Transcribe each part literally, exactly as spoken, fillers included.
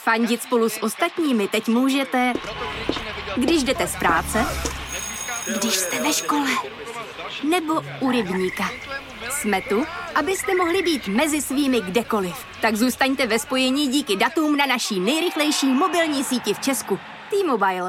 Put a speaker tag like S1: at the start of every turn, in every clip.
S1: Fandit spolu s ostatními teď můžete, když jdete z práce, když jste ve škole, nebo u rybníka. Jsme tu, abyste mohli být mezi svými kdekoliv. Tak zůstaňte ve spojení díky datům na naší nejrychlejší mobilní síti v Česku. T-Mobile.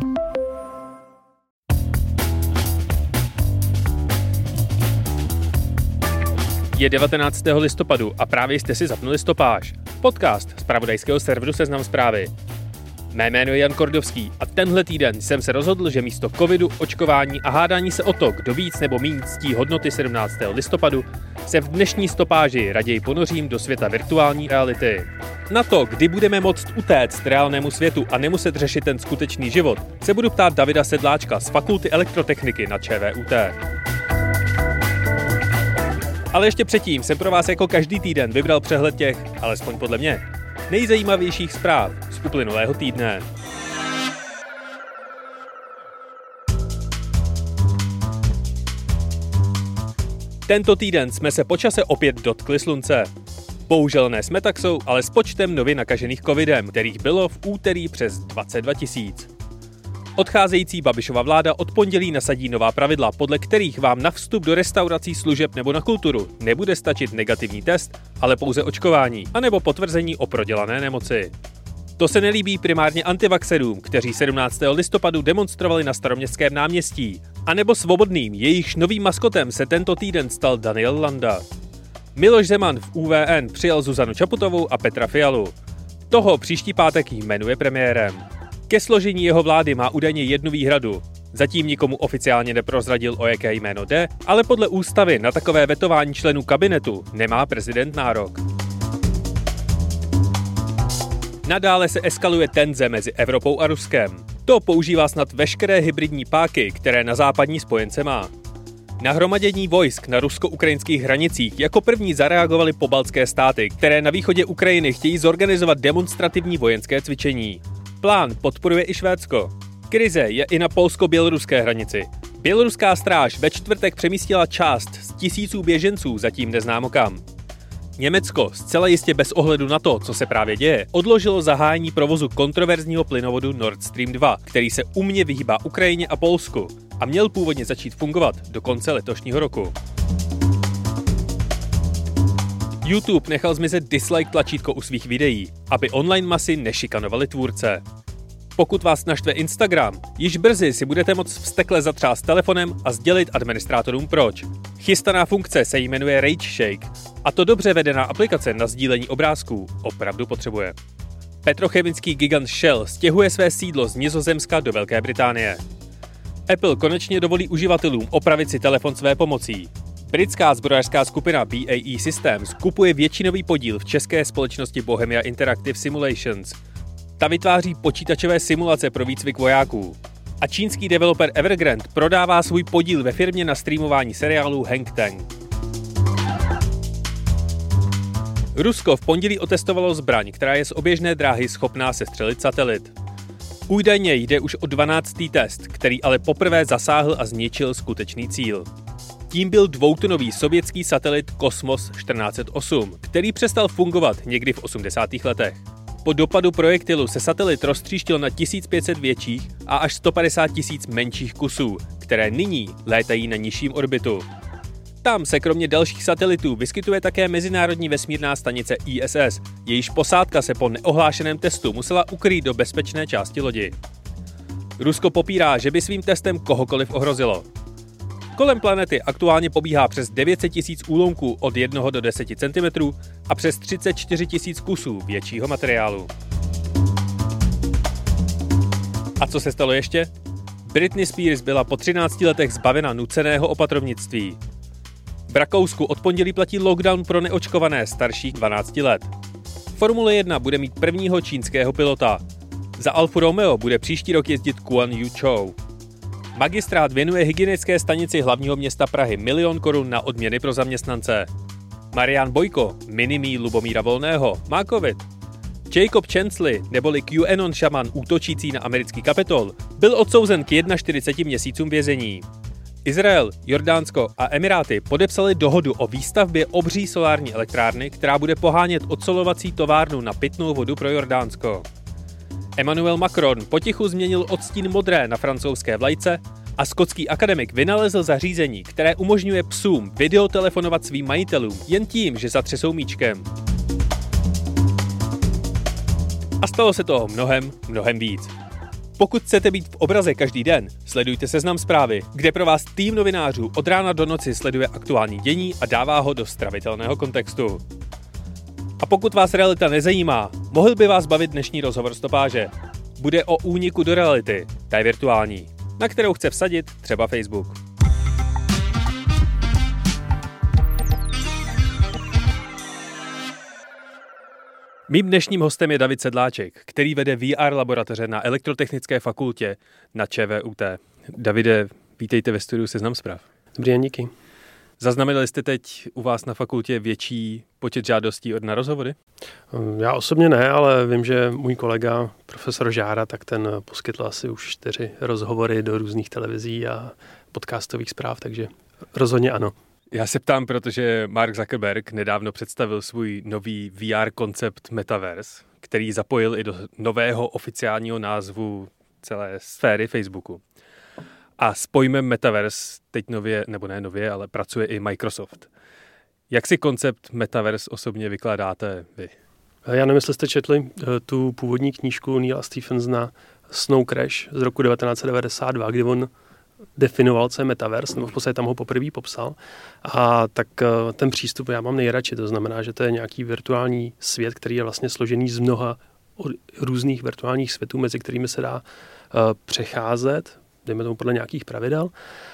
S2: Je devatenáctého listopadu a právě jste si zapnuli Stopáž, podcast z zpravodajského serveru Seznam Zprávy. Mé jméno je Jan Kordovský a tenhle týden jsem se rozhodl, že místo covidu, očkování a hádání se o to, kdo víc nebo míň ctí hodnoty sedmnáctého listopadu, se v dnešní Stopáži raději ponořím do světa virtuální reality. Na to, kdy budeme moct utéct reálnému světu a nemuset řešit ten skutečný život, se budu ptát Davida Sedláčka z Fakulty elektrotechniky na ČVUT. Ale ještě předtím jsem pro vás jako každý týden vybral přehled těch, alespoň podle mě, nejzajímavějších zpráv z uplynulého týdne. Tento týden jsme se po čase opět dotkli slunce. Bohužel ne s metaxou, ale s počtem nově nakažených covidem, kterých bylo v úterý přes dvacet dva tisíc. Odcházející Babišova vláda od pondělí nasadí nová pravidla, podle kterých vám na vstup do restaurací, služeb nebo na kulturu nebude stačit negativní test, ale pouze očkování, anebo potvrzení o prodělané nemoci. To se nelíbí primárně antivaxerům, kteří sedmnáctého listopadu demonstrovali na Staroměstském náměstí, anebo svobodným, jejichž novým maskotem se tento týden stal Daniel Landa. Miloš Zeman v U V N přijal Zuzanu Čaputovou a Petra Fialu. Toho příští pátek jmenuje premiérem. Ke složení jeho vlády má údajně jednu výhradu. Zatím nikomu oficiálně neprozradil, o jaké jméno jde, ale podle ústavy na takové vetování členů kabinetu nemá prezident nárok. Nadále se eskaluje tenze mezi Evropou a Ruskem. To používá snad veškeré hybridní páky, které na západní spojence má. Nahromadění vojsk na rusko-ukrajinských hranicích jako první zareagovaly pobaltské státy, které na východě Ukrajiny chtějí zorganizovat demonstrativní vojenské cvičení. Plán podporuje i Švédsko. Krize je i na polsko-běloruské hranici. Běloruská stráž ve čtvrtek přemístila část z tisíců běženců, zatím neznámo kam. Německo, zcela jistě bez ohledu na to, co se právě děje, odložilo zahájení provozu kontroverzního plynovodu Nord Stream dva, který se umně vyhýbá Ukrajině a Polsku a měl původně začít fungovat do konce letošního roku. YouTube nechal zmizet dislike tlačítko u svých videí, aby online masy nešikanovaly tvůrce. Pokud vás naštve Instagram, již brzy si budete moct vztekle zatřást telefonem a sdělit administrátorům proč. Chystaná funkce se jmenuje Rage Shake a to dobře vedená aplikace na sdílení obrázků opravdu potřebuje. Petrochemický gigant Shell stěhuje své sídlo z Nizozemska do Velké Británie. Apple konečně dovolí uživatelům opravit si telefon své pomocí. Britská zbrojařská skupina B A E Systems kupuje většinový podíl v české společnosti Bohemia Interactive Simulations. Ta vytváří počítačové simulace pro výcvik vojáků. A čínský developer Evergrande prodává svůj podíl ve firmě na streamování seriálu Hang Tang. Rusko v pondělí otestovalo zbraň, která je z oběžné dráhy schopná sestřelit satelit. Údajně jde už o dvanáctý test, který ale poprvé zasáhl a zničil skutečný cíl. Tím byl dvoutonový sovětský satelit Kosmos čtrnáct set osm, který přestal fungovat někdy v osmdesátých letech. Po dopadu projektilu se satelit roztříštil na tisíc pět set větších a až sto padesát tisíc menších kusů, které nyní létají na nižším orbitu. Tam se kromě dalších satelitů vyskytuje také mezinárodní vesmírná stanice I S S, jejíž posádka se po neohlášeném testu musela ukrýt do bezpečné části lodi. Rusko popírá, že by svým testem kohokoliv ohrozilo. Kolem planety aktuálně pobíhá přes devět set tisíc úlomků od jednoho do deseti centimetrů a přes třicet čtyři tisíc kusů většího materiálu. A co se stalo ještě? Britney Spears byla po třinácti letech zbavena nuceného opatrovnictví. V Rakousku od pondělí platí lockdown pro neočkované starších dvanácti let. Formule jedna bude mít prvního čínského pilota. Za Alfu Romeo bude příští rok jezdit Guan Yu Chou. Magistrát věnuje hygienické stanici hlavního města Prahy milion korun na odměny pro zaměstnance. Marian Bojko, minimí Lubomíra Volného, má covid. Jacob Chansley, neboli QAnon šaman útočící na americký Kapitol, byl odsouzen k čtyřiceti jednomu měsícům vězení. Izrael, Jordánsko a Emiráty podepsali dohodu o výstavbě obří solární elektrárny, která bude pohánět odsolovací továrnu na pitnou vodu pro Jordánsko. Emmanuel Macron potichu změnil odstín modré na francouzské vlajce a skotský akademik vynalezl zařízení, které umožňuje psům videotelefonovat svým majitelům jen tím, že zatřesou míčkem. A stalo se toho mnohem, mnohem víc. Pokud chcete být v obraze každý den, sledujte Seznam Zprávy, kde pro vás tým novinářů od rána do noci sleduje aktuální dění a dává ho do stravitelného kontextu. A pokud vás realita nezajímá, mohl by vás bavit dnešní rozhovor stopáže. Bude o úniku do reality, ta je virtuální, na kterou chce vsadit třeba Facebook. Mým dnešním hostem je David Sedláček, který vede V R laboratoře na Elektrotechnické fakultě na ČVUT. Davide, vítejte ve studiu Seznam Zpráv.
S3: Dobrý den, díky.
S2: Zaznamenali jste teď u vás na fakultě větší počet žádostí od na rozhovory?
S3: Já osobně ne, ale vím, že můj kolega, profesor Žára, tak ten poskytl asi už čtyři rozhovory do různých televizí a podcastových zpráv, takže rozhodně ano.
S2: Já se ptám, protože Mark Zuckerberg nedávno představil svůj nový V R koncept Metaverse, který zapojil i do nového oficiálního názvu celé sféry Facebooku. A s pojmem Metaverse teď nově, nebo ne nově, ale pracuje i Microsoft. Jak si koncept Metaverse osobně vykládáte vy?
S3: Já nevím, jestli jste četli tu původní knížku Neila Stephensona Snow Crash z roku devatenáct set devadesát dva, kdy on definoval, co je Metaverse, nebo v podstatě tam ho poprvé popsal. A tak ten přístup já mám nejradši, to znamená, že to je nějaký virtuální svět, který je vlastně složený z mnoha různých virtuálních světů, mezi kterými se dá přecházet, dejme tomu podle nějakých pravidel.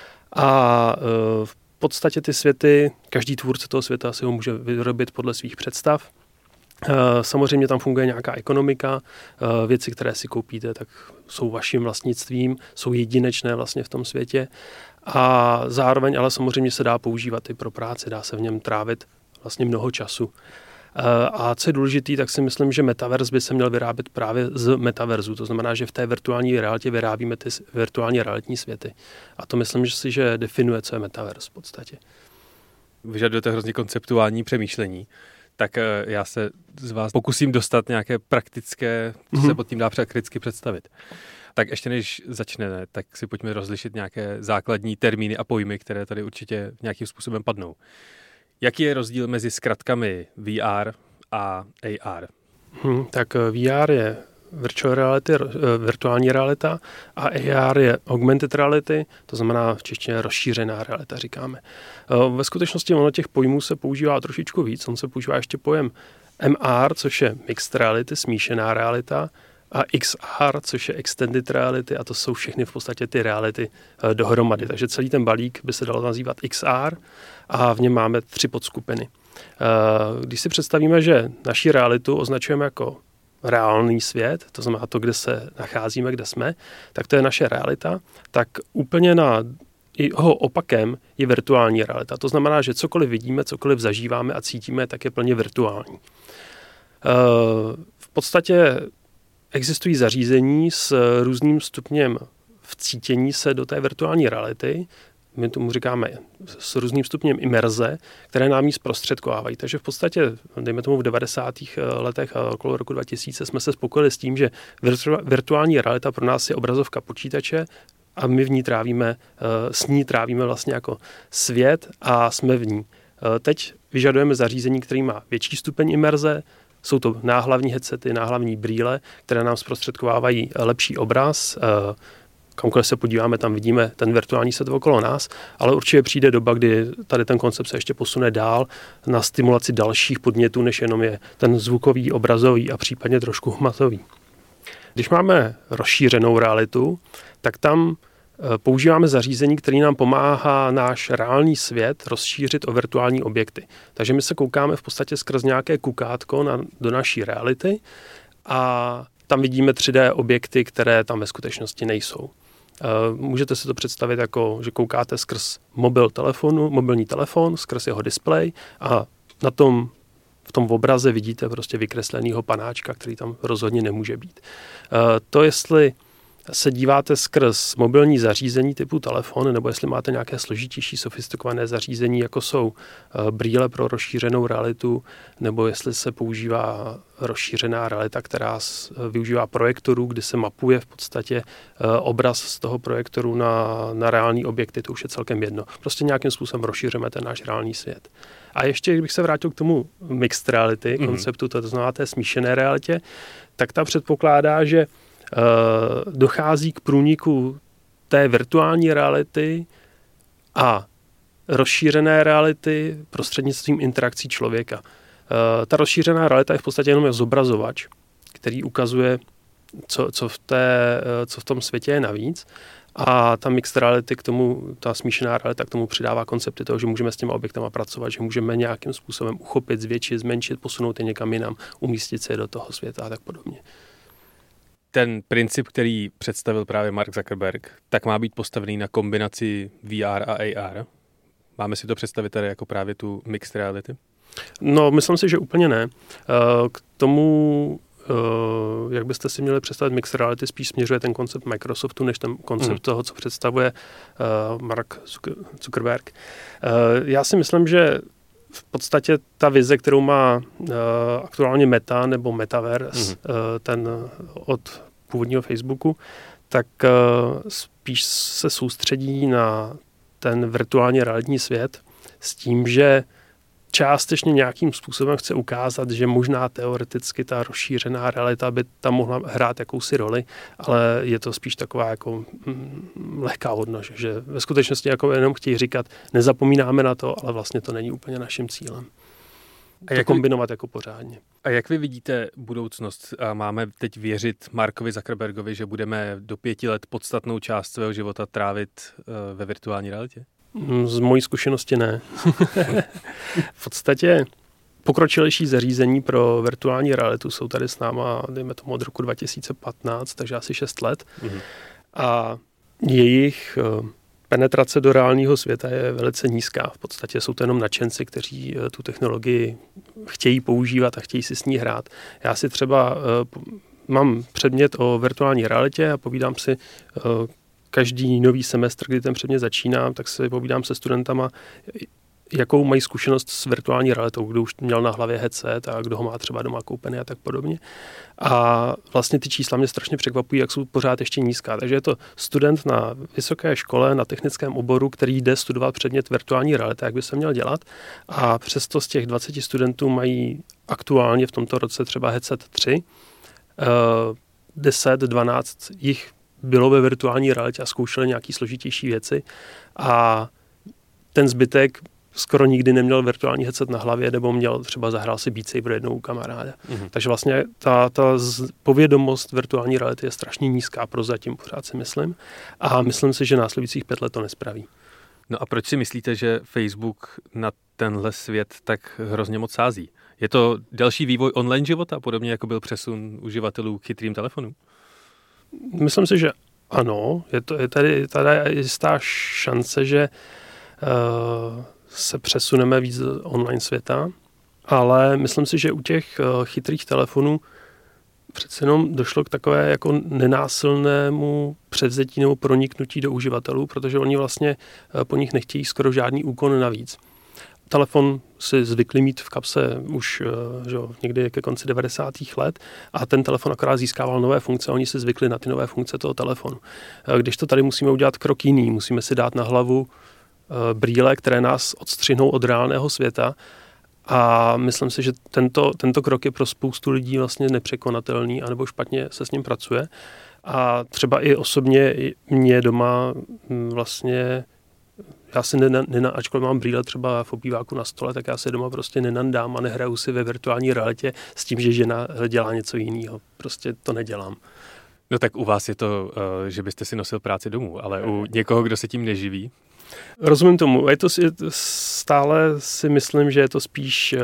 S3: A v podstatě ty světy, každý tvůrce toho světa si ho může vyrobit podle svých představ. Samozřejmě tam funguje nějaká ekonomika, věci, které si koupíte, tak jsou vaším vlastnictvím, jsou jedinečné vlastně v tom světě a zároveň ale samozřejmě se dá používat i pro práci, dá se v něm trávit vlastně mnoho času. A co je důležitý, tak si myslím, že Metaverse by se měl vyrábět právě z Metaverzu, to znamená, že v té virtuální realitě vyrábíme ty virtuálně realitní světy. A to myslím, že si, že definuje, co je Metaverse v podstatě.
S2: Vyžadujete hrozně konceptuální přemýšlení. Tak já se z vás pokusím dostat nějaké praktické, co se pod tím dá prakticky představit. Tak ještě než začneme, tak si pojďme rozlišit nějaké základní termíny a pojmy, které tady určitě nějakým způsobem padnou. Jaký je rozdíl mezi zkratkami V R a A R?
S3: Hmm, tak V R je virtual reality, virtuální realita a A R je augmented reality, to znamená v češtině rozšířená realita, říkáme. Ve skutečnosti ono těch pojmů se používá trošičku víc, on se používá ještě pojem M R, což je mixed reality, smíšená realita, a X R, což je extended reality, a to jsou všechny v podstatě ty reality dohromady. Takže celý ten balík by se dalo nazývat X R a v něm máme tři podskupiny. Když si představíme, že naši realitu označujeme jako reálný svět, to znamená to, kde se nacházíme, kde jsme, tak to je naše realita, tak úplně na jeho opakem je virtuální realita. To znamená, že cokoliv vidíme, cokoliv zažíváme a cítíme, tak je plně virtuální. V podstatě existují zařízení s různým stupněm vcítění se do té virtuální reality, my tomu říkáme s různým stupněm imerze, které nám ji zprostředkovávají. Takže v podstatě, dejme tomu v devadesátých letech a okolo roku dva tisíce jsme se spokojili s tím, že virtu, virtuální realita pro nás je obrazovka počítače a my v ní trávíme, s ní trávíme vlastně jako svět a jsme v ní. Teď vyžadujeme zařízení, který má větší stupeň imerze, jsou to náhlavní headsety, náhlavní brýle, které nám zprostředkovávají lepší obraz. Kamkoliv se podíváme, tam vidíme ten virtuální svět okolo nás, ale určitě přijde doba, kdy tady ten koncept se ještě posune dál na stimulaci dalších podnětů, než jenom je ten zvukový, obrazový a případně trošku hmatový. Když máme rozšířenou realitu, tak tam používáme zařízení, které nám pomáhá náš reálný svět rozšířit o virtuální objekty. Takže my se koukáme v podstatě skrz nějaké kukátko na, do naší reality a tam vidíme tři dé objekty, které tam ve skutečnosti nejsou. Můžete si to představit jako, že koukáte skrz mobil telefonu, mobilní telefon, skrz jeho displej a na tom, v tom obraze vidíte prostě vykreslenýho panáčka, který tam rozhodně nemůže být. To, jestli se díváte skrz mobilní zařízení typu telefon, nebo jestli máte nějaké složitější, sofistikované zařízení, jako jsou brýle pro rozšířenou realitu, nebo jestli se používá rozšířená realita, která využívá projektorů, kdy se mapuje v podstatě obraz z toho projektoru na, na reální objekty, to už je celkem jedno. Prostě nějakým způsobem rozšíříme ten náš reálný svět. A ještě, kdybych se vrátil k tomu mixed reality mm. konceptu, to znamená té smíšené realitě, tak ta předpokládá, že uh, dochází k průniku té virtuální reality a rozšířené reality prostřednictvím interakcí člověka. Uh, ta rozšířená realita je v podstatě jenom zobrazovač, který ukazuje, co, co, v té, co v tom světě je navíc. A ta mixed reality k tomu, ta smíšená realita k tomu přidává koncepty toho, že můžeme s těma objektama pracovat, že můžeme nějakým způsobem uchopit, zvětšit, zmenšit, posunout je někam jinam, umístit se do toho světa a tak podobně.
S2: Ten princip, který představil právě Mark Zuckerberg, tak má být postavený na kombinaci V R a A R. Máme si to představit tady jako právě tu mixed reality?
S3: No, myslím si, že úplně ne. K tomu, jak byste si měli představit mixed reality, spíš směřuje ten koncept Microsoftu, než ten koncept mm. toho, co představuje Mark Zuckerberg. Já si myslím, že v podstatě ta vize, kterou má aktuálně Meta nebo Metaverse, mm. ten od původního Facebooku, tak spíš se soustředí na ten virtuálně realitní svět s tím, že částečně nějakým způsobem chce ukázat, že možná teoreticky ta rozšířená realita by tam mohla hrát jakousi roli, ale je to spíš taková jako mm, lehká odnož, že ve skutečnosti jako jenom chtějí říkat, nezapomínáme na to, ale vlastně to není úplně naším cílem. A jak to kombinovat vy, jako pořádně.
S2: A jak vy vidíte budoucnost? A máme teď věřit Markovi Zuckerbergovi, že budeme do pěti let podstatnou část svého života trávit uh, ve virtuální realitě?
S3: Z mojí zkušenosti ne. V podstatě pokročilejší zařízení pro virtuální realitu jsou tady s náma, dejme tomu od roku dva tisíce patnáct, takže asi šest let. Mm-hmm. A jejich penetrace do reálního světa je velice nízká. V podstatě jsou to jenom nadšenci, kteří tu technologii chtějí používat a chtějí si s ní hrát. Já si třeba mám předmět o virtuální realitě a povídám si každý nový semestr, kdy ten předmět začíná, tak se povídám se studentama, jakou mají zkušenost s virtuální realitou, kdo už měl na hlavě headset a kdo ho má třeba doma koupený a tak podobně. A vlastně ty čísla mě strašně překvapují, jak jsou pořád ještě nízká. Takže je to student na vysoké škole, na technickém oboru, který jde studovat předmět virtuální reality, jak by se měl dělat. A přesto z těch dvaceti studentů mají aktuálně v tomto roce třeba headset tři, deset, dvanáct jich bylo ve virtuální realitě a zkoušeli nějaké složitější věci a ten zbytek skoro nikdy neměl virtuální headset na hlavě nebo měl třeba zahrál si Beat Saber jednou u kamaráda. Mm-hmm. Takže vlastně ta, ta povědomost virtuální reality je strašně nízká prozatím, pořád si myslím. A myslím si, že následujících pět let to nespraví.
S2: No a proč si myslíte, že Facebook na tenhle svět tak hrozně moc sází? Je to další vývoj online života, podobně jako byl přesun uživatelů k chytrým telefonům?
S3: Myslím si, že ano. Je, to, je tady, tady jistá šance, že uh, se přesuneme víc do online světa, ale myslím si, že u těch uh, chytrých telefonů přece jenom došlo k takové jako nenásilnému převzetí nebo proniknutí do uživatelů, protože oni vlastně uh, po nich nechtějí skoro žádný úkon navíc. Telefon si zvykli mít v kapse už že, někdy ke konci devadesátých let a ten telefon akorát získával nové funkce a oni si zvykli na ty nové funkce toho telefonu. Když to tady musíme udělat krok jiný, musíme si dát na hlavu brýle, které nás odstřihnou od reálného světa a myslím si, že tento, tento krok je pro spoustu lidí vlastně nepřekonatelný anebo špatně se s ním pracuje a třeba i osobně mě doma vlastně já si, nena, nena, ačkoliv mám brýle třeba v obýváku na stole, tak já si doma prostě nenandám a nehraju si ve virtuální realitě s tím, že žena dělá něco jiného. Prostě to nedělám.
S2: No tak u vás je to, že byste si nosil práci domů, ale u někoho, kdo se tím neživí?
S3: Rozumím tomu. Je to, je to stále si myslím, že je to spíš uh,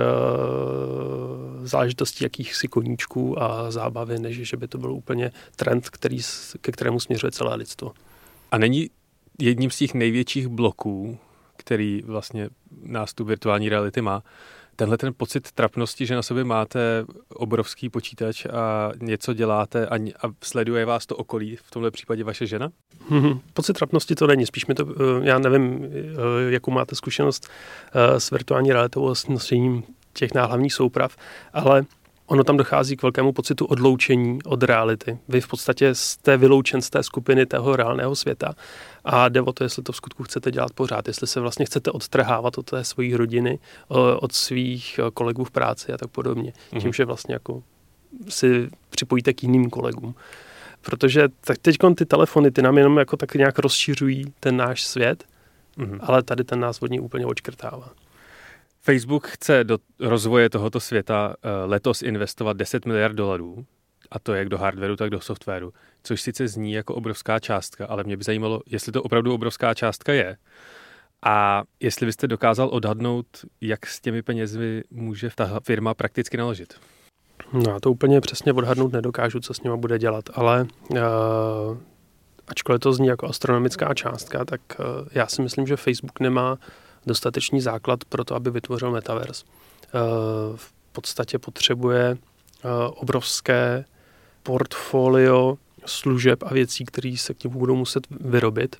S3: záležitostí jakýchsi koníčků a zábavy, než že by to byl úplně trend, který, ke kterému směřuje celé lidstvo.
S2: A není jedním z těch největších bloků, který vlastně nás tu virtuální reality má, Tenhle ten pocit trapnosti, že na sobě máte obrovský počítač a něco děláte a, a sleduje vás to okolí, v tomhle případě vaše žena?
S3: Hmm, pocit trapnosti to není, spíš mi to, já nevím, jakou máte zkušenost s virtuální realitou a s nošením těch náhlavních souprav, ale ono tam dochází k velkému pocitu odloučení od reality. Vy v podstatě jste vyloučen z té skupiny toho reálného světa a jde o to, jestli to v skutku chcete dělat pořád, jestli se vlastně chcete odtrhávat od té své rodiny, od svých kolegů v práci a tak podobně. Mm. Tím, že vlastně jako si připojíte k jiným kolegům. Protože teď ty telefony, ty nám jenom jako tak nějak rozšiřují ten náš svět, mm. ale tady ten nás od něj úplně odškrtává.
S2: Facebook chce do rozvoje tohoto světa letos investovat deset miliard dolarů, a to jak do hardwaru, tak do softwaru, což sice zní jako obrovská částka, ale mě by zajímalo, jestli to opravdu obrovská částka je a jestli byste dokázal odhadnout, jak s těmi penězi může ta firma prakticky naložit.
S3: No, já to úplně přesně odhadnout nedokážu, co s nima bude dělat, ale uh, ačkoliv to zní jako astronomická částka, tak uh, já si myslím, že Facebook nemá dostatečný základ pro to, aby vytvořil metaverse. V podstatě potřebuje obrovské portfolio služeb a věcí, které se k němu budou muset vyrobit.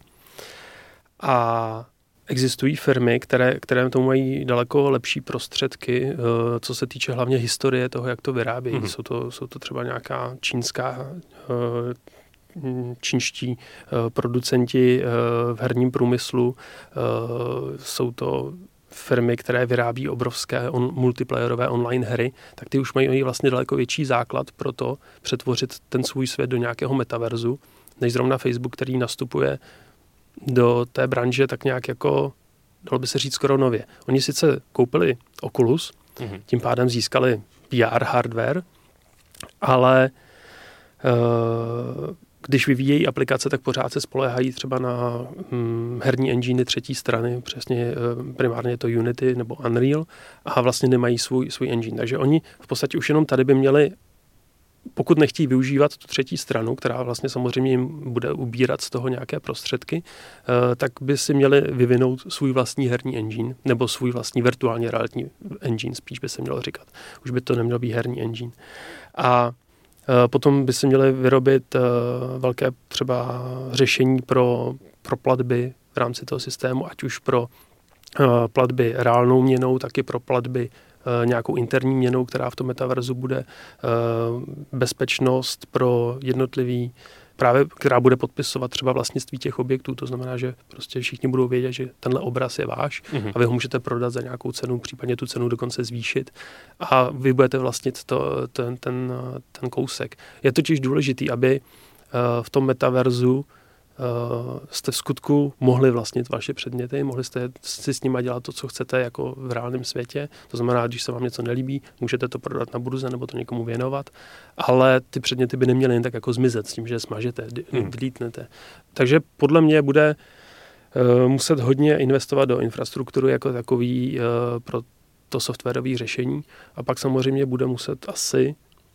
S3: A existují firmy, které, které tomu mají daleko lepší prostředky, co se týče hlavně historie toho, jak to vyrábějí. Mm-hmm. Jsou to, jsou to třeba nějaká čínská čínští producenti v herním průmyslu, jsou to firmy, které vyrábí obrovské on, multiplayerové online hry, tak ty už mají vlastně daleko větší základ pro to přetvořit ten svůj svět do nějakého metaverzu, než zrovna Facebook, který nastupuje do té branže tak nějak jako, dalo by se říct skoro nově. Oni sice koupili Oculus, mm-hmm. tím pádem získali P R hardware, ale uh, když vyvíjejí aplikace, tak pořád se spoléhají třeba na hm, herní engine třetí strany, přesně primárně to Unity nebo Unreal, a vlastně nemají svůj, svůj engine. Takže oni v podstatě už jenom tady by měli, pokud nechtějí využívat tu třetí stranu, která vlastně samozřejmě jim bude ubírat z toho nějaké prostředky, tak by si měli vyvinout svůj vlastní herní engine, nebo svůj vlastní virtuálně realitní engine, spíš by se mělo říkat. Už by to neměl být herní engine. A potom by se měly vyrobit velké třeba řešení pro, pro platby v rámci toho systému, ať už pro platby reálnou měnou, tak i pro platby nějakou interní měnou, která v tom metaverzu bude, bezpečnost pro jednotlivý, právě která bude podpisovat třeba vlastnictví těch objektů, to znamená, že prostě všichni budou vědět, že tenhle obraz je váš mm-hmm. a vy ho můžete prodat za nějakou cenu, případně tu cenu dokonce zvýšit a vy budete vlastnit to, ten, ten, ten kousek. Je totiž důležitý, aby v tom metaverzu jste v skutku mohli vlastnit vaše předměty, mohli jste si s nimi dělat to, co chcete jako v reálném světě. To znamená, když se vám něco nelíbí, můžete to prodat na burze nebo to někomu věnovat, ale ty předměty by neměly jen tak jako zmizet s tím, že je smažete, delítnete. Takže podle mě bude uh, muset hodně investovat do infrastruktury jako takový uh, pro to softwarové řešení a pak samozřejmě bude muset asi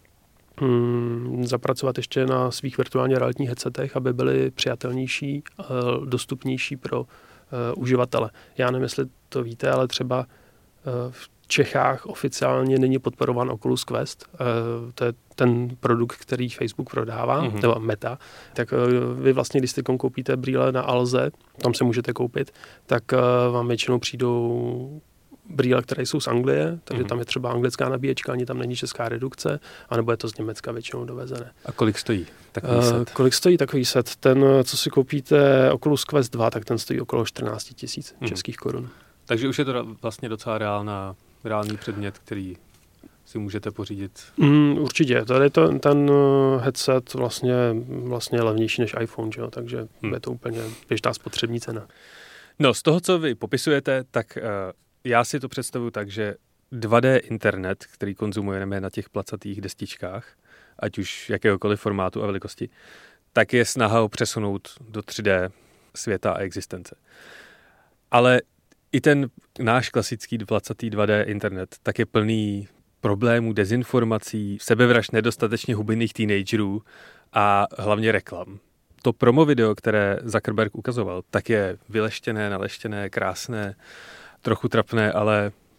S3: Hmm, zapracovat ještě na svých virtuálně realitních headsetech, aby byly přijatelnější, dostupnější pro uh, uživatele. Já nevím, jestli to víte, ale třeba uh, v Čechách oficiálně není podporován Oculus Quest. Uh, to je ten produkt, který Facebook prodává, mm-hmm. nebo Meta. Tak uh, vy vlastně, když si koupíte brýle na Alze, tam se můžete koupit, tak uh, vám většinou přijdou brýle, které jsou z Anglie, takže mm-hmm. tam je třeba anglická nabíječka, ani tam není česká redukce, anebo je to z Německa většinou dovezené.
S2: A kolik stojí takový set? Uh,
S3: kolik stojí takový set? Ten, co si koupíte Oculus Quest dva, tak ten stojí okolo čtrnáct tisíc mm-hmm. českých korun.
S2: Takže už je to vlastně docela reálná, reálný předmět, který si můžete pořídit.
S3: Mm, určitě. Tady to, ten headset vlastně, vlastně je levnější než iPhone, že jo? Takže mm. je to úplně běžná spotřební cena.
S2: No, z toho, co vy popisujete, tak uh, já si to představuji tak, že dva dé internet, který konzumujeme na těch placatých destičkách, ať už jakéhokoliv formátu a velikosti, tak je snaha ho přesunout do tři dé světa a existence. Ale i ten náš klasický placatý dva dé internet tak je plný problémů, dezinformací, sebevražd nedostatečně hubených teenagerů a hlavně reklam. To promo video, které Zuckerberg ukazoval, tak je vyleštěné, naleštěné, krásné, trochu trapné, ale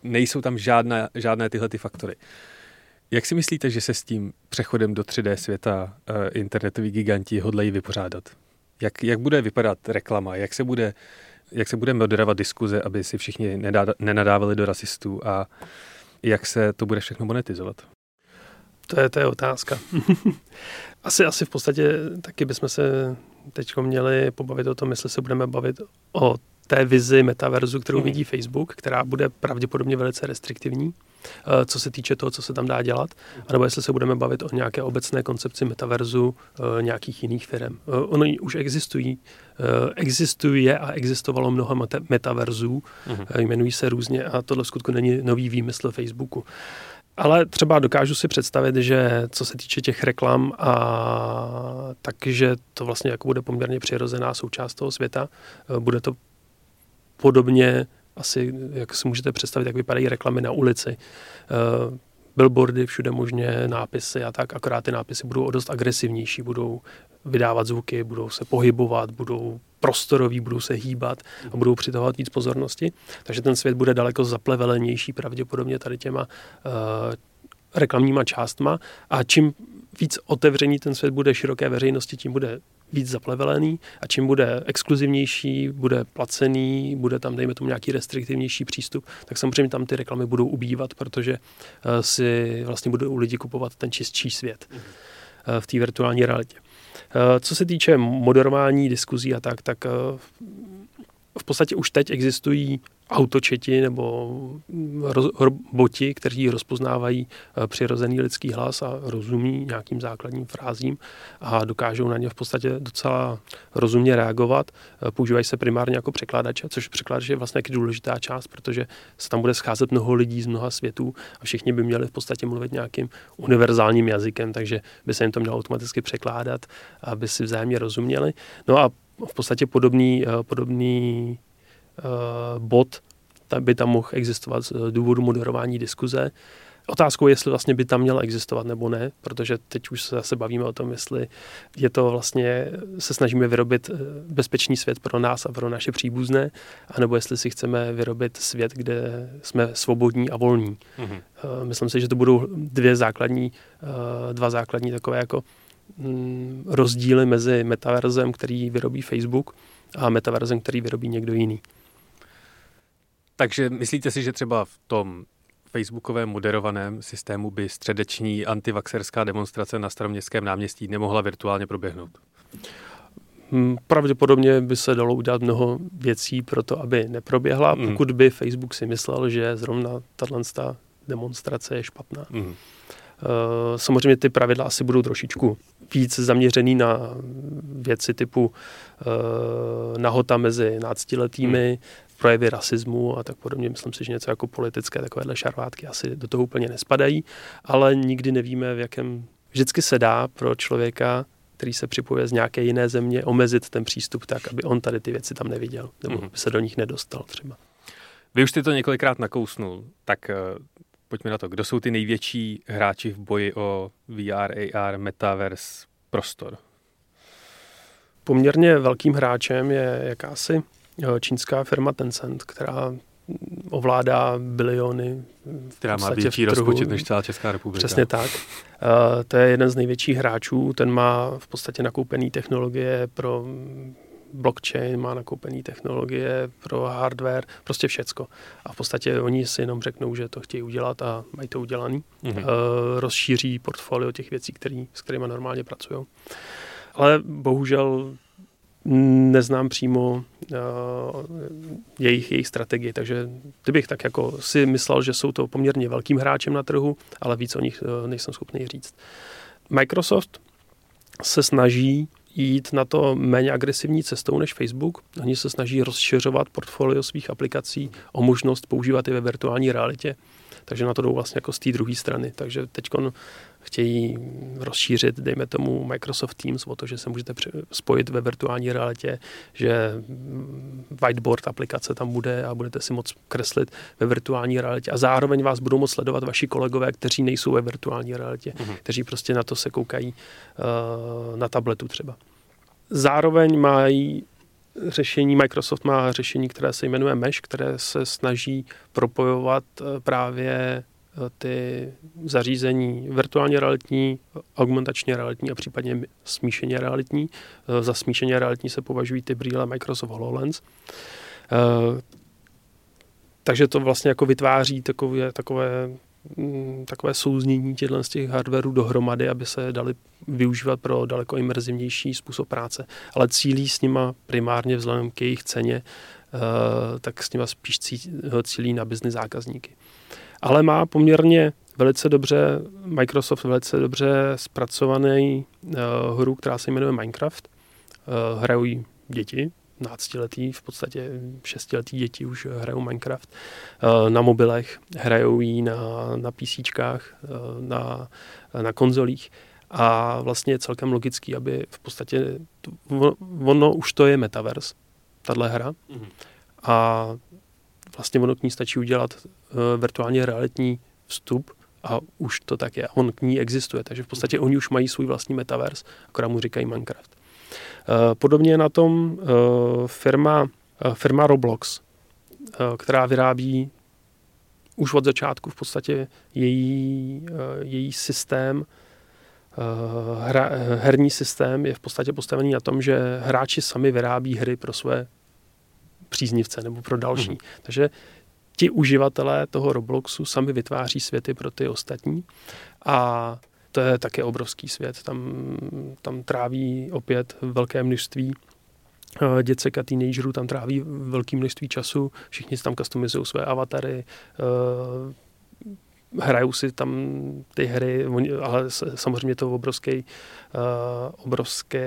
S2: nejsou tam žádné, žádné tyhle ty faktory. Jak si myslíte, že se s tím přechodem do tři dé světa uh, internetoví giganti hodlají vypořádat? Jak, jak bude vypadat reklama? Jak se bude, jak se bude moderovat diskuze, aby si všichni nedá, nenadávali do rasistů a jak se to bude všechno monetizovat?
S3: To je, to je otázka. asi, asi v podstatě taky bychom se teď měli pobavit o tom, jestli se budeme bavit o té vizi metaverzu, kterou vidí Facebook, která bude pravděpodobně velice restriktivní, co se týče toho, co se tam dá dělat, anebo jestli se budeme bavit o nějaké obecné koncepci metaverzu nějakých jiných firm. Oni už existují, existuje a existovalo mnoho metaverzů, uh-huh. jmenují se různě a tohle v skutku není nový výmysl Facebooku. Ale třeba dokážu si představit, že co se týče těch reklam, a takže to vlastně jako bude poměrně přirozená součást toho světa. Bude to podobně, asi, jak si můžete představit, jak vypadají reklamy na ulici. Billboardy, všude možně, nápisy a tak, akorát ty nápisy budou o dost agresivnější, budou vydávat zvuky, budou se pohybovat, budou prostorový, budou se hýbat a budou přitahovat víc pozornosti. Takže ten svět bude daleko zaplevelenější pravděpodobně tady těma uh, reklamníma částma a čím víc otevřený ten svět bude široké veřejnosti, tím bude víc zaplevelený a čím bude exkluzivnější, bude placený, bude tam, dejme tomu, nějaký restriktivnější přístup, tak samozřejmě tam ty reklamy budou ubývat, protože uh, si vlastně budou lidi kupovat ten čistší svět uh, v té virtuální realitě. Uh, co se týče moderování diskuzí a tak, tak uh, v podstatě už teď existují autočeti nebo roboti, kteří rozpoznávají přirozený lidský hlas a rozumí nějakým základním frázím a dokážou na ně v podstatě docela rozumně reagovat. Používají se primárně jako překládače, což překládač je vlastně taky důležitá část, protože se tam bude scházet mnoho lidí z mnoha světů a všichni by měli v podstatě mluvit nějakým univerzálním jazykem, takže by se jim to mělo automaticky překládat, aby si vzájemně rozuměli. No a v podstatě podobný, podobný Uh, bot by tam mohl existovat z důvodu moderování diskuze. Otázkou je, jestli vlastně by tam měla existovat nebo ne, protože teď už se zase bavíme o tom, jestli je to vlastně, se snažíme vyrobit bezpečný svět pro nás a pro naše příbuzné, anebo jestli si chceme vyrobit svět, kde jsme svobodní a volní. Mm-hmm. Uh, myslím si, že to budou dvě základní, uh, dva základní takové jako mm, rozdíly mezi metaverzem, který vyrobí Facebook, a metaverzem, který vyrobí někdo jiný.
S2: Takže myslíte si, že třeba v tom facebookovém moderovaném systému by středeční antivaxerská demonstrace na Staroměstském náměstí nemohla virtuálně proběhnout?
S3: Pravděpodobně by se dalo udělat mnoho věcí pro to, aby neproběhla, mm. pokud by Facebook si myslel, že zrovna tato demonstrace je špatná. Mm. Samozřejmě ty pravidla asi budou trošičku víc zaměřený na věci typu uh, nahota mezi náctiletými, hmm. projevy rasismu a tak podobně. Myslím si, že něco jako politické takovéhle šarvátky asi do toho úplně nespadají, ale nikdy nevíme, v jakém... Vždycky se dá pro člověka, který se připojuje z nějaké jiné země, omezit ten přístup tak, aby on tady ty věci tam neviděl, nebo hmm. by se do nich nedostal třeba.
S2: Vy už jste to několikrát nakousnul, tak... Uh... Pojďme na to. Kdo jsou ty největší hráči v boji o V R, A R, Metaverse, prostor?
S3: Poměrně velkým hráčem je jakási čínská firma Tencent, která ovládá biliony.
S2: Která má větší rozpočet než celá Česká republika.
S3: Přesně tak. Uh, to je jeden z největších hráčů. Ten má v podstatě nakoupený technologie pro blockchain, má nakoupený technologie pro hardware, prostě všecko. A v podstatě oni si jenom řeknou, že to chtějí udělat a mají to udělaný. Mm-hmm. Uh, rozšíří portfolio těch věcí, který, s kterými normálně pracují. Ale bohužel neznám přímo uh, jejich, jejich strategii, takže kdybych tak jako si myslel, že jsou to poměrně velkým hráčem na trhu, ale víc o nich uh, nejsem schopný říct. Microsoft se snaží jít na to méně agresivní cestou než Facebook. Oni se snaží rozšiřovat portfolio svých aplikací o možnost používat je ve virtuální realitě. Takže na to jdou vlastně jako z té druhé strany. Takže teď chtějí rozšířit, dejme tomu, Microsoft Teams o to, že se můžete spojit ve virtuální realitě, že whiteboard aplikace tam bude a budete si moct kreslit ve virtuální realitě. A zároveň vás budou moct sledovat vaši kolegové, kteří nejsou ve virtuální realitě, mm-hmm. kteří prostě na to se koukají uh, na tabletu třeba. Zároveň mají řešení, Microsoft má řešení, které se jmenuje Mesh, které se snaží propojovat právě ty zařízení virtuálně realitní, augmentačně realitní a případně smíšeně realitní. Za smíšeně realitní se považují ty brýle Microsoft HoloLens. Takže to vlastně jako vytváří takové, takové, takové souznění těchto z těch hardwareů dohromady, aby se dali využívat pro daleko imerzivnější způsob práce. Ale cílí s nima primárně vzhledem k jejich ceně, tak s nima spíš cílí na business zákazníky. Ale má poměrně velice dobře, Microsoft velice dobře zpracovaný uh, hru, která se jmenuje Minecraft. Uh, hrajou ji děti, náctiletí, v podstatě šestiletí děti už hrajou Minecraft. Uh, na mobilech, hrajou ji na, na PCčkách, uh, na, na konzolích. A vlastně je celkem logický, aby v podstatě, ono, ono už to je metaverse, tahle hra. Mm-hmm. A vlastně ono k ní stačí udělat uh, virtuálně realitní vstup a už to tak je. On k ní existuje, takže v podstatě oni už mají svůj vlastní metaverse, akorát mu říkají Minecraft. Uh, podobně je na tom uh, firma, uh, firma Roblox, uh, která vyrábí už od začátku v podstatě její, uh, její systém, uh, hra, herní systém je v podstatě postavený na tom, že hráči sami vyrábí hry pro své příznivce nebo pro další. Mm. Takže ti uživatelé toho Robloxu sami vytváří světy pro ty ostatní a to je také obrovský svět. Tam, tam tráví opět velké množství děcek a teenagerů, tam tráví velké množství času, všichni si tam customizují své avatary, hrajou si tam ty hry, ale samozřejmě to obrovský obrovský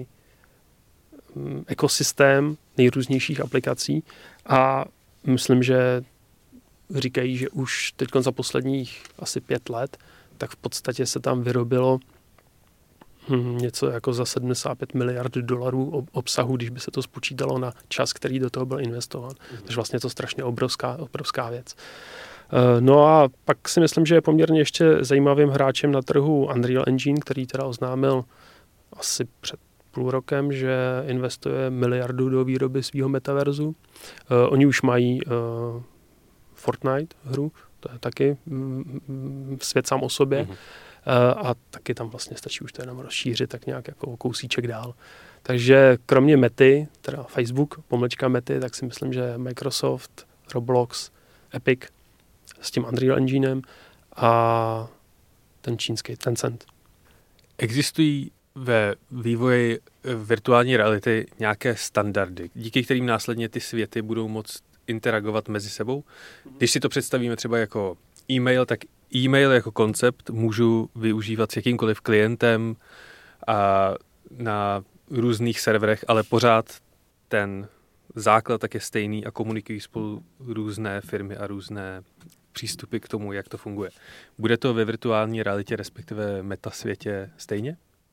S3: ekosystém nejrůznějších aplikací a myslím, že říkají, že už teď za posledních asi pět let, tak v podstatě se tam vyrobilo hm, něco jako za sedmdesát pět miliard dolarů obsahu, když by se to spočítalo na čas, který do toho byl investován. Mm. Takže vlastně je to strašně obrovská, obrovská věc. No a pak si myslím, že je poměrně ještě zajímavým hráčem na trhu Unreal Engine, který teda oznámil asi před půl rokem, že investuje miliardu do výroby svého metaverzu. Uh, oni už mají uh, Fortnite hru, to je taky mm, svět sám o sobě. Mm-hmm. Uh, a taky tam vlastně stačí už to jenom rozšířit tak nějak jako kousíček dál. Takže kromě Mety, teda Facebook, pomlčka Mety, tak si myslím, že Microsoft, Roblox, Epic s tím Unreal Enginem a ten čínský Tencent.
S2: Existují ve vývoji virtuální reality nějaké standardy, díky kterým následně ty světy budou moct interagovat mezi sebou? Když si to představíme třeba jako e-mail, tak e-mail jako koncept můžu využívat s jakýmkoliv klientem a na různých serverech, ale pořád ten základ tak je stejný a komunikují spolu různé firmy a různé přístupy k tomu, jak to funguje. Bude to ve virtuální realitě, respektive metasvětě stejně?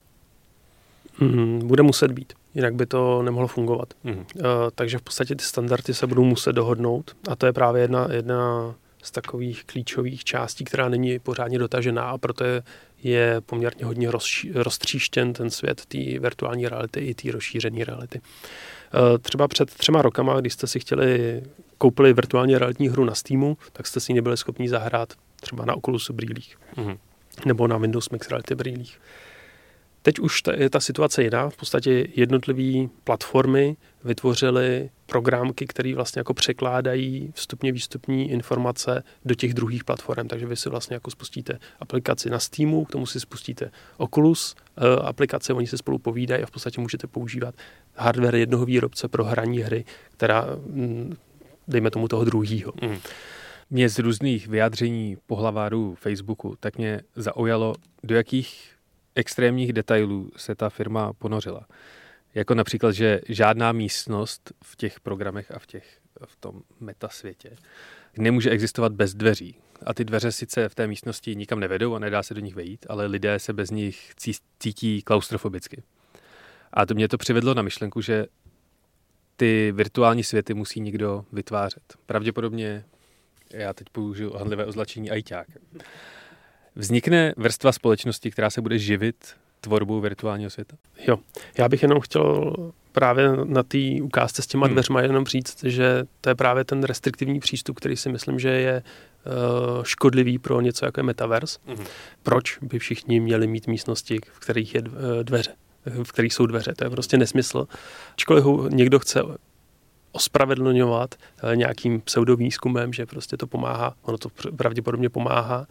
S3: Mm, bude muset být, jinak by to nemohlo fungovat. Mm. Uh, takže v podstatě ty standardy se budou muset dohodnout a to je právě jedna, jedna z takových klíčových částí, která není pořádně dotažená a proto je, je poměrně hodně rozší, roztříštěn ten svět té virtuální reality i té rozšířené reality. Uh, třeba před třema rokama, když jste si chtěli, koupili virtuálně realitní hru na Steamu, tak jste si ji nebyli schopni zahrát třeba na Oculusu brýlích mm. nebo na Windows Mixed Reality brýlích. Teď už ta, je ta situace jiná. V podstatě jednotlivé platformy vytvořily programky, které vlastně jako překládají vstupně výstupní informace do těch druhých platform. Takže vy si vlastně jako spustíte aplikaci na Steamu, k tomu si spustíte Oculus aplikace, oni se spolu povídají a v podstatě můžete používat hardware jednoho výrobce pro hraní hry, která, dejme tomu toho druhýho. Mm.
S2: Mě z různých vyjádření pohlavárů Facebooku tak mě zaujalo, do jakých extrémních detailů se ta firma ponořila. Jako například, že žádná místnost v těch programech a v, těch, v tom metasvětě nemůže existovat bez dveří. A ty dveře sice v té místnosti nikam nevedou a nedá se do nich vejít, ale lidé se bez nich cítí klaustrofobicky. A to mě to přivedlo na myšlenku, že ty virtuální světy musí někdo vytvářet. Pravděpodobně, já teď použiju ohandlivé označení ajťák. Vznikne vrstva společnosti, která se bude živit tvorbu virtuálního světa?
S3: Jo, já bych jenom chtěl právě na té ukázce s těma hmm. dveřma jenom říct, že to je právě ten restriktivní přístup, který si myslím, že je uh, škodlivý pro něco jako je metaverse. Hmm. Proč by všichni měli mít místnosti, v kterých je dveře, v kterých jsou dveře? To je prostě nesmysl. Ačkoliv ho někdo chce ospravedlňovat uh, nějakým pseudovýzkumem, že prostě to pomáhá, ono to pravděpodobně pomáhá,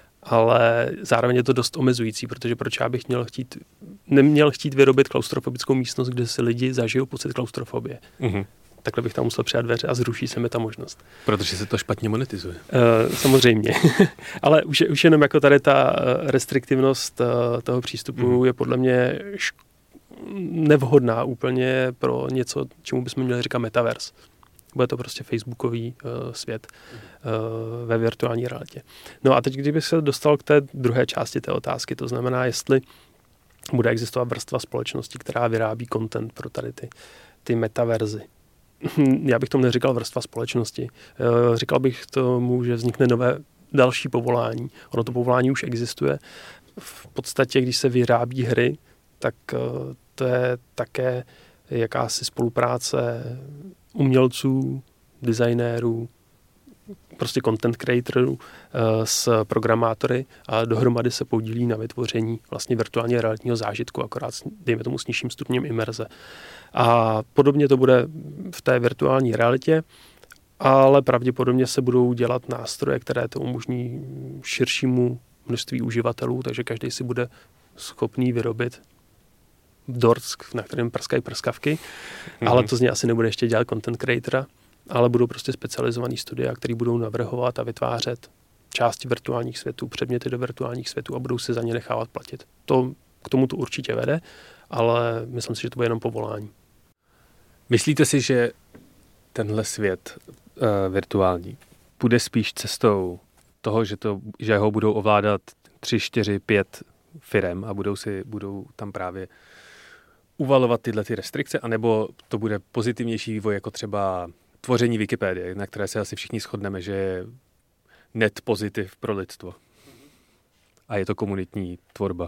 S3: ale zároveň je to dost omezující, protože proč já bych měl chtít, neměl chtít vyrobit klaustrofobickou místnost, kde si lidi zažijou pocit klaustrofobie. Mm-hmm. Takhle bych tam musel přidat dveře a zruší se mi ta možnost.
S2: Protože se to špatně monetizuje.
S3: Uh, samozřejmě. Ale už, už jenom jako tady ta restriktivnost uh, toho přístupu mm. je podle mě šk- nevhodná úplně pro něco, čemu bychom měli říkat metaverse. Bude to prostě facebookový uh, svět uh, ve virtuální realitě. No a teď, kdybych se dostal k té druhé části té otázky, to znamená, jestli bude existovat vrstva společnosti, která vyrábí content pro tady ty, ty metaverzy. Já bych tomu neříkal vrstva společnosti. Uh, říkal bych tomu, že vznikne nové další povolání. Ono to povolání už existuje. V podstatě, když se vyrábí hry, tak uh, to je také jakási spolupráce umělců, designérů, prostě content creatorů s programátory a dohromady se podílí na vytvoření vlastně virtuálně realitního zážitku, akorát dejme tomu s nižším stupněm imerze. A podobně to bude v té virtuální realitě, ale pravděpodobně se budou dělat nástroje, které to umožní širšímu množství uživatelů, takže každý si bude schopný vyrobit dorsk, na kterém prskají prskavky, mm-hmm. ale to z něj asi nebude ještě dělat content creatora, ale budou prostě specializovaný studia, který budou navrhovat a vytvářet části virtuálních světů, předměty do virtuálních světů a budou si za ně nechávat platit. To k tomu to určitě vede, ale myslím si, že to bude jenom povolání.
S2: Myslíte si, že tenhle svět uh, virtuální bude spíš cestou toho, že, to, že ho budou ovládat tři, čtyři, pět firem a budou si budou tam právě uvalovat tyhle ty restrikce, anebo to bude pozitivnější vývoj, jako třeba tvoření Wikipedie, na které se asi všichni shodneme, že je net pozitiv pro lidstvo. A je to komunitní tvorba.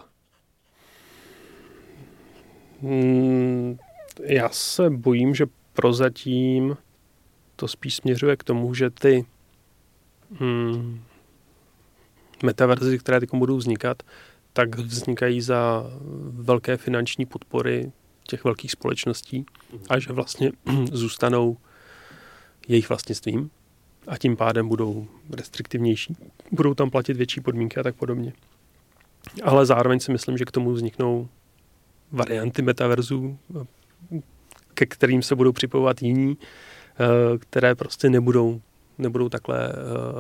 S3: Hmm, já se bojím, že prozatím to spíš směřuje k tomu, že ty hmm, metaverzy, které teď budou vznikat, tak vznikají za velké finanční podpory těch velkých společností a že vlastně zůstanou jejich vlastnictvím a tím pádem budou restriktivnější. Budou tam platit větší podmínky a tak podobně. Ale zároveň si myslím, že k tomu vzniknou varianty metaverzů, ke kterým se budou připojovat jiní, které prostě nebudou, nebudou takhle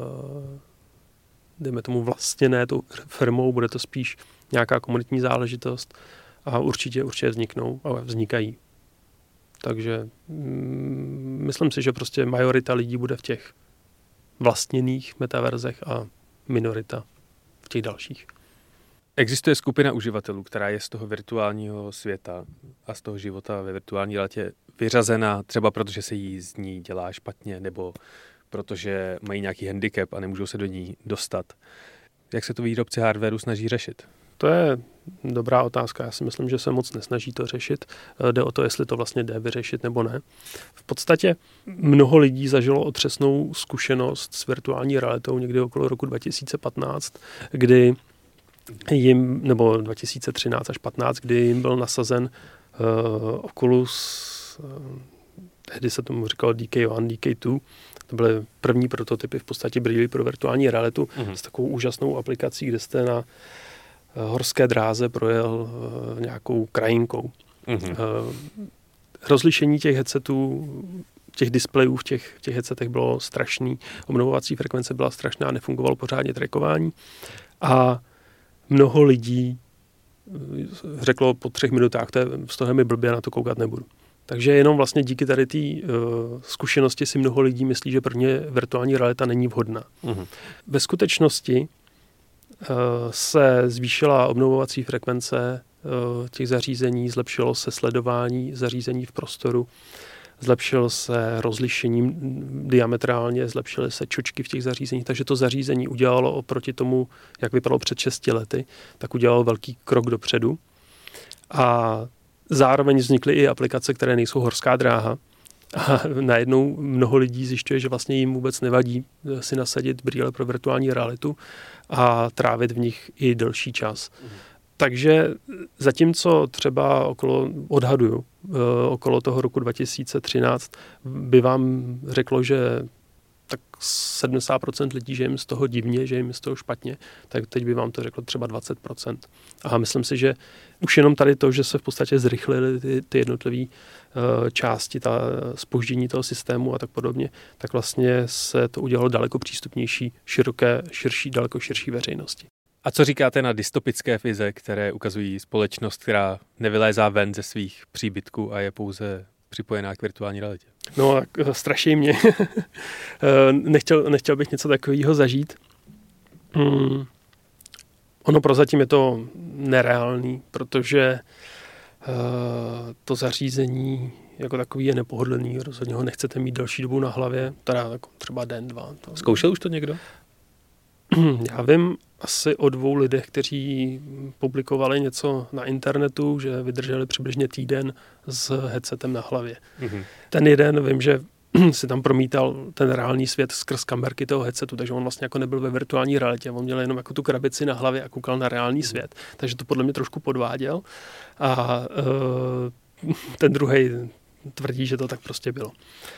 S3: dejme tomu vlastněné tou firmou, bude to spíš nějaká komunitní záležitost a určitě, určitě vzniknou a vznikají. Takže mm, myslím si, že prostě majorita lidí bude v těch vlastněných metaverzech a minorita v těch dalších.
S2: Existuje skupina uživatelů, která je z toho virtuálního světa a z toho života ve virtuální realitě vyřazena, třeba protože se jí z ní dělá špatně, nebo protože mají nějaký handicap a nemůžou se do ní dostat. Jak se to výrobci hardwareu snaží řešit?
S3: To je dobrá otázka. Já si myslím, že se moc nesnaží to řešit. Jde o to, jestli to vlastně jde vyřešit nebo ne. V podstatě mnoho lidí zažilo otřesnou zkušenost s virtuální realitou někdy okolo roku dva tisíce patnáct, kdy jim, nebo dva tisíce třináct až patnáct, kdy jim byl nasazen uh, Oculus, uh, tehdy se tomu říkalo D K jedna, D K dva, to byly první prototypy v podstatě brýlí pro virtuální realitu mm-hmm. s takovou úžasnou aplikací, kde jste na horské dráze projel uh, nějakou krajinkou. Mm-hmm. Uh, rozlišení těch headsetů, těch displejů v těch, těch headsetech bylo strašný, obnovovací frekvence byla strašná, nefungovalo pořádně trackování a mnoho lidí řeklo po třech minutách, to je, z toho mi blbě, na to koukat nebudu. Takže jenom vlastně díky tady té uh, zkušenosti si mnoho lidí myslí, že pro ně virtuální realita není vhodná. Uh-huh. Ve skutečnosti uh, se zvýšila obnovovací frekvence uh, těch zařízení, zlepšilo se sledování zařízení v prostoru, zlepšilo se rozlišení diametrálně, zlepšily se čočky v těch zařízeních, takže to zařízení udělalo oproti tomu, jak vypadalo před šesti lety, tak udělalo velký krok dopředu. A zároveň vznikly i aplikace, které nejsou horská dráha. A najednou mnoho lidí zjišťuje, že vlastně jim vůbec nevadí si nasadit brýle pro virtuální realitu a trávit v nich i delší čas. Mm. Takže zatímco třeba okolo, odhaduju, okolo toho roku dva tisíce třináct by vám řeklo, že tak sedmdesát procent lidí, že jim z toho divně, že jim z toho špatně, tak teď by vám to řeklo třeba dvacet procent. A myslím si, že už jenom tady to, že se v podstatě zrychlily ty, ty jednotlivé uh, části, ta zpoždění toho systému a tak podobně, tak vlastně se to udělalo daleko přístupnější, široké, širší, daleko širší veřejnosti.
S2: A co říkáte na dystopické vize, které ukazují společnost, která nevylézá ven ze svých příbytků a je pouze připojená k virtuální realitě?
S3: No, tak straší mě. nechtěl, nechtěl bych něco takového zažít. Hmm. Ono prozatím je to nereálný, protože uh, to zařízení jako takový je nepohodlný. Rozhodně ho nechcete mít další dobu na hlavě, teda jako třeba den, dva. To...
S2: Zkoušel už to někdo?
S3: Já vím asi o dvou lidech, kteří publikovali něco na internetu, že vydrželi přibližně týden s headsetem na hlavě. Mm-hmm. Ten jeden, vím, že si tam promítal ten reálný svět skrz kamerky toho headsetu, takže on vlastně jako nebyl ve virtuální realitě, on měl jenom jako tu krabici na hlavě a koukal na reálný mm-hmm. svět. Takže to podle mě trošku podváděl. A uh, ten druhej tvrdí, že to tak prostě bylo. Uh,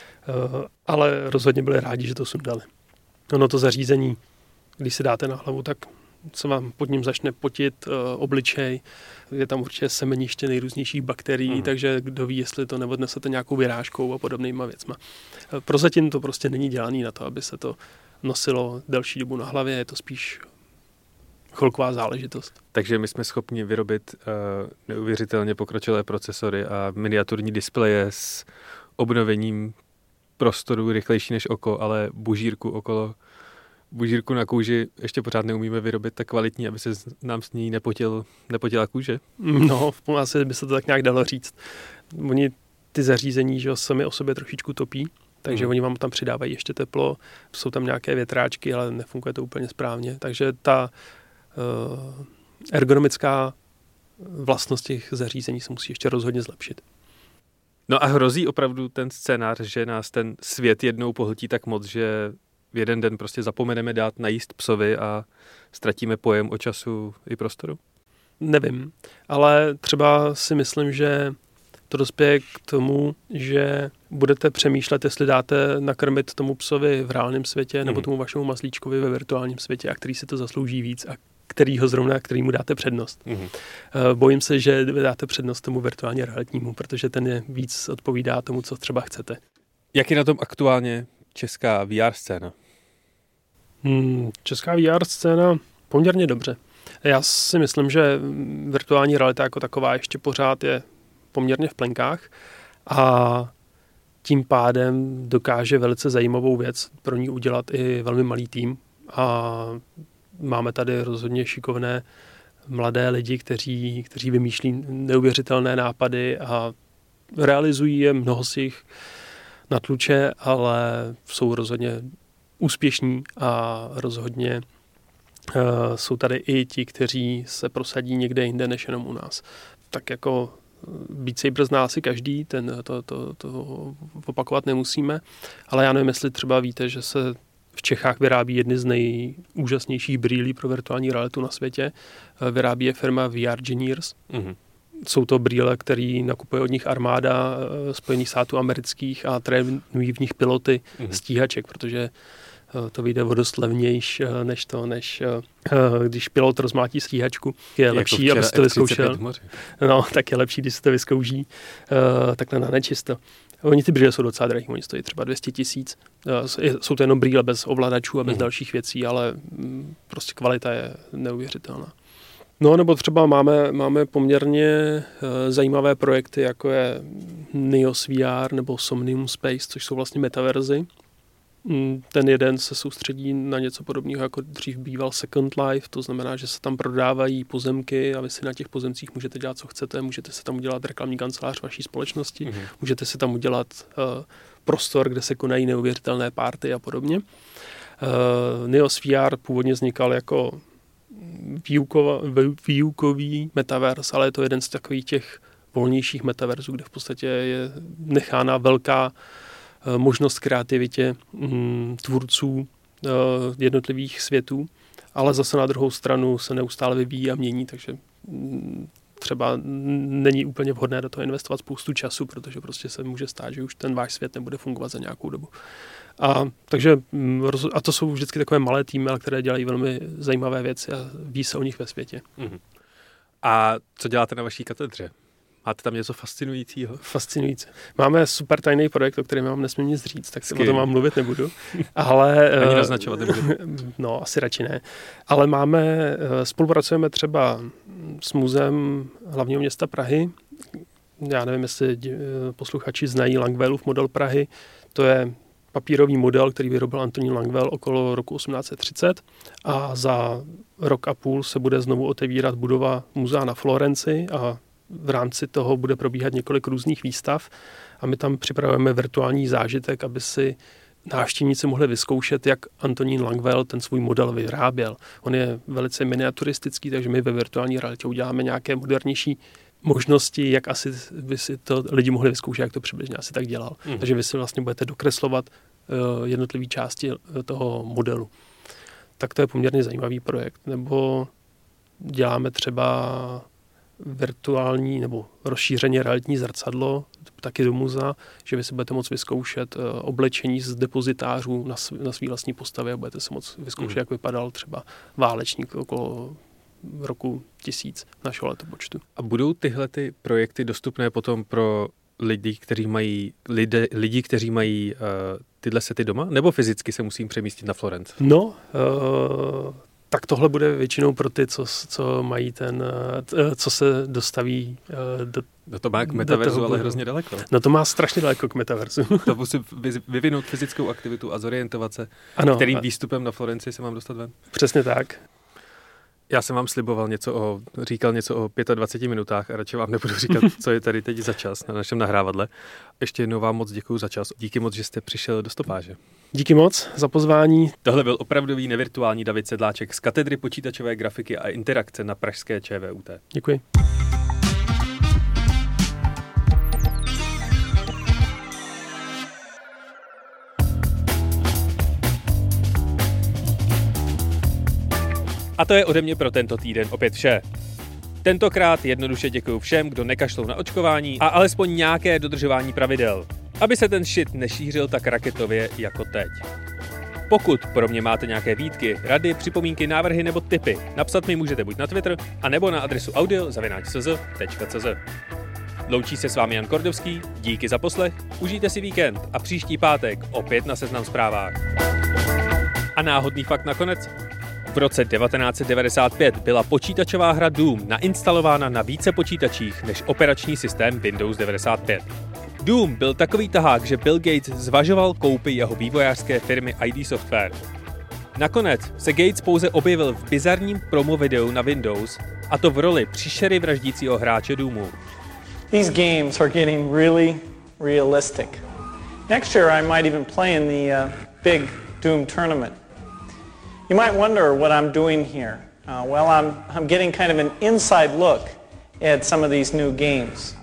S3: ale rozhodně byli rádi, že to sundali. Ono to zařízení, když si dáte na hlavu, tak se vám pod ním začne potit uh, obličej, je tam určitě semeniště nejrůznějších bakterií, mm. takže kdo ví, jestli to neodnesete nějakou vyrážkou a podobnýma věcma. Uh, prozatím to prostě není dělaný na to, aby se to nosilo delší dobu na hlavě, je to spíš chvilková záležitost.
S2: Takže my jsme schopni vyrobit uh, neuvěřitelně pokročilé procesory a miniaturní displeje s obnovením prostoru rychlejší než oko, ale bužírku okolo bužírku na kůži ještě pořád neumíme vyrobit tak kvalitní, aby se nám s ní nepotil, nepotila kůže?
S3: No, asi by se to tak nějak dalo říct. Oni ty zařízení, že sami o sobě trošičku topí, takže hmm. oni vám tam přidávají ještě teplo, jsou tam nějaké větráčky, ale nefunguje to úplně správně. Takže ta uh, ergonomická vlastnost těch zařízení se musí ještě rozhodně zlepšit.
S2: No a hrozí opravdu ten scénář, že nás ten svět jednou pohltí tak moc, že v jeden den prostě zapomeneme dát najíst psovi a ztratíme pojem o času i prostoru?
S3: Nevím, ale třeba si myslím, že to dospěje k tomu, že budete přemýšlet, jestli dáte nakrmit tomu psovi v reálném světě nebo tomu vašemu mazlíčkovi ve virtuálním světě a který si to zaslouží víc a kterýho zrovna, kterýmu dáte přednost. Mm. Bojím se, že dáte přednost tomu virtuálně realitnímu, protože ten je víc odpovídá tomu, co třeba chcete.
S2: Jak je na tom aktuálně česká V R scéna?
S3: Hmm, česká V R scéna poměrně dobře. Já si myslím, že virtuální realita jako taková ještě pořád je poměrně v plenkách a tím pádem dokáže velice zajímavou věc pro ní udělat i velmi malý tým a máme tady rozhodně šikovné mladé lidi, kteří, kteří vymýšlí neuvěřitelné nápady a realizují je mnoho z jich na tluče, ale jsou rozhodně úspěšní a rozhodně uh, jsou tady i ti, kteří se prosadí někde jinde než jenom u nás. Tak jako Beat Saber zná asi každý, ten, to, to, to opakovat nemusíme, ale já nevím, jestli třeba víte, že se v Čechách vyrábí jedny z nejúžasnějších brýlí pro virtuální realitu na světě. Vyrábí je firma V R Genius. Mm-hmm. Jsou to brýle, které nakupuje od nich armáda Spojených států amerických a trénují v nich piloty mm-hmm. stíhaček, protože to vyjde o dost levnější než to, než když pilot rozmátí stíhačku. Je jako lepší, aby si to vyzkoušel. No, tak je lepší, když si to vyzkouší takhle na nečisto. Oni ty brýle jsou docela drahý, oni stojí třeba dvě stě tisíc. Jsou to jenom brýle bez ovladačů a bez mm. dalších věcí, ale prostě kvalita je neuvěřitelná. No nebo třeba máme, máme poměrně zajímavé projekty, jako je Neos V R nebo Somnium Space, což jsou vlastně metaverzy. Ten jeden se soustředí na něco podobného, jako dřív býval Second Life, to znamená, že se tam prodávají pozemky a vy si na těch pozemcích můžete dělat, co chcete, můžete se tam udělat reklamní kancelář vaší společnosti, mm-hmm. můžete si tam udělat uh, prostor, kde se konají neuvěřitelné party a podobně. Uh, Neos V R původně vznikal jako výukova, výukový metaverz, ale je to jeden z takových těch volnějších metaverzů, kde v podstatě je nechána velká možnost kreativitě mm, tvůrců uh, jednotlivých světů, ale zase na druhou stranu se neustále vyvíjí a mění, takže mm, třeba není úplně vhodné do toho investovat spoustu času, protože prostě se může stát, že už ten váš svět nebude fungovat za nějakou dobu. A, takže, a to jsou vždycky takové malé týmy, které dělají velmi zajímavé věci a ví se o nich ve světě.
S2: Mm-hmm. A co děláte na vaší katedře? Máte tam něco fascinujícího?
S3: Fascinující. Máme super tajný projekt, o kterém vám nesmím nic říct, tak si o tom vám mluvit nebudu. Ale,
S2: Ani naznačovat nebudu.
S3: No, asi radši ne. Ale máme, spolupracujeme třeba s muzeem hlavního města Prahy. Já nevím, jestli posluchači znají Langwellův model Prahy. To je papírový model, který vyrobil Antonín Langwell okolo roku osmnáct set třicet a za rok a půl se bude znovu otevírat budova muzea na Florenci a v rámci toho bude probíhat několik různých výstav a my tam připravujeme virtuální zážitek, aby si návštěvníci mohli vyzkoušet, jak Antonín Langwell ten svůj model vyráběl. On je velice miniaturistický, takže my ve virtuální realitě uděláme nějaké modernější možnosti, jak asi by si to lidi mohli vyzkoušet, jak to přibližně asi tak dělal. Mm. Takže vy si vlastně budete dokreslovat uh, jednotlivé části toho modelu. Tak to je poměrně zajímavý projekt. Nebo děláme třeba virtuální nebo rozšířeně realitní zrcadlo, taky do muzea, že vy si budete moct vyzkoušet uh, oblečení z depozitářů na, sv- na svý vlastní postavě a budete si moct vyzkoušet, mm. jak vypadal třeba válečník okolo roku tisíc našeho letopočtu.
S2: A budou tyhle ty projekty dostupné potom pro lidi, kteří mají, lidi, lidi, kteří mají uh, tyhle sety doma? Nebo fyzicky se musím přemístit na Florence?
S3: No, uh, tak tohle bude většinou pro ty, co, co mají ten, uh, co se dostaví uh, do
S2: No to má k metaverzu, ale hrozně daleko.
S3: No to má strašně daleko k metaverzu.
S2: To musím vyvinout fyzickou aktivitu a zorientovat se, ano, kterým a... výstupem na Florenci se mám dostat ven.
S3: Přesně tak.
S2: Já jsem vám sliboval něco o, říkal něco o dvaceti pěti minutách a radši vám nebudu říkat, co je tady teď za čas na našem nahrávadle. Ještě jednou vám moc děkuju za čas. Díky moc, že jste přišel do Stopáže.
S3: Díky moc za pozvání.
S2: Tohle byl opravdový nevirtuální David Sedláček z katedry počítačové grafiky a interakce na pražské ČVUT.
S3: Děkuji.
S2: A to je ode mě pro tento týden opět vše. Tentokrát jednoduše děkuju všem, kdo nekašlou na očkování a alespoň nějaké dodržování pravidel, aby se ten shit nešířil tak raketově jako teď. Pokud pro mě máte nějaké výtky, rady, připomínky, návrhy nebo tipy, napsat mi můžete buď na Twitter, anebo na adresu audio zavináč c z tečka c z. Loučí se s vámi Jan Kordovský, díky za poslech, užijte si víkend a příští pátek opět na Seznam Zprávách. A náhodný fakt nakonec. V roce devatenáct set devadesát pět byla počítačová hra Doom nainstalována na více počítačích než operační systém Windows devadesát pět. Doom byl takový tahák, že Bill Gates zvažoval koupy jeho vývojářské firmy I D Software. Nakonec se Gates pouze objevil v bizarním promo videu na Windows, a to v roli příšery vraždícího hráče Doomu.
S4: These games are getting really realistic. Next year I might even play in the uh, big Doom tournament. You might wonder what I'm doing here. Uh, well, I'm, I'm getting kind of an inside look at some of these new games.